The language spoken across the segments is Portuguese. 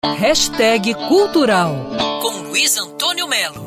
#Cultural com Luiz Antônio Melo.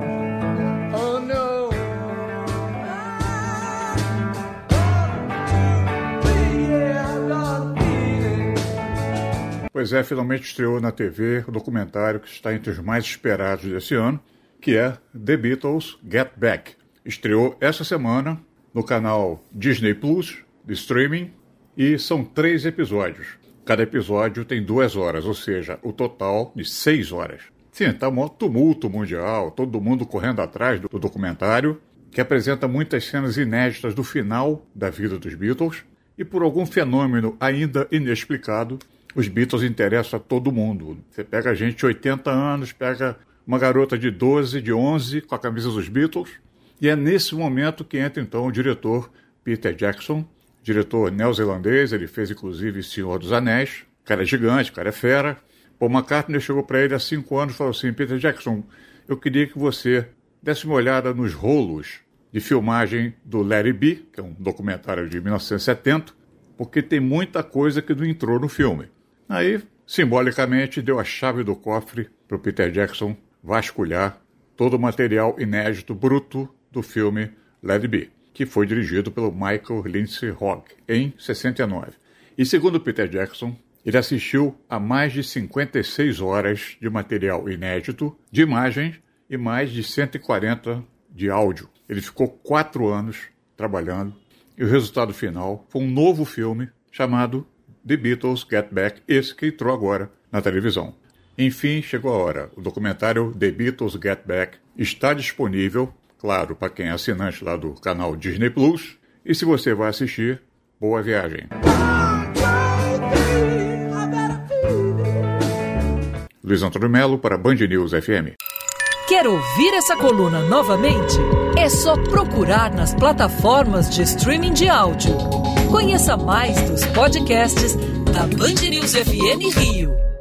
Pois é, finalmente estreou na TV o documentário que está entre os mais esperados desse ano, que é The Beatles Get Back. Estreou essa semana no canal Disney Plus, de streaming, e são 3 episódios. Cada episódio tem 2 horas, ou seja, o total de 6 horas. Sim, está um tumulto mundial, todo mundo correndo atrás do documentário, que apresenta muitas cenas inéditas do final da vida dos Beatles, e por algum fenômeno ainda inexplicado, os Beatles interessam a todo mundo. Você pega gente de 80 anos, pega uma garota de 12, de 11, com a camisa dos Beatles, e é nesse momento que entra então o diretor Peter Jackson, diretor neozelandês, ele fez inclusive Senhor dos Anéis, cara é gigante, cara é fera. Paul McCartney chegou para ele há 5 anos e falou assim: Peter Jackson, eu queria que você desse uma olhada nos rolos de filmagem do Let It Be, que é um documentário de 1970, porque tem muita coisa que não entrou no filme. Aí, simbolicamente, deu a chave do cofre para o Peter Jackson vasculhar todo o material inédito, bruto, do filme Let It Be, que foi dirigido pelo Michael Lindsay Hogg, em 69. E segundo Peter Jackson, ele assistiu a mais de 56 horas de material inédito, de imagens, e mais de 140 de áudio. Ele ficou 4 anos trabalhando, e o resultado final foi um novo filme chamado The Beatles Get Back, esse que entrou agora na televisão. Enfim, chegou a hora. O documentário The Beatles Get Back está disponível, claro, para quem é assinante lá do canal Disney Plus. E se você vai assistir, boa viagem. Luiz Antônio Melo para Band News FM. Quer ouvir essa coluna novamente? É só procurar nas plataformas de streaming de áudio. Conheça mais dos podcasts da Band News FM Rio.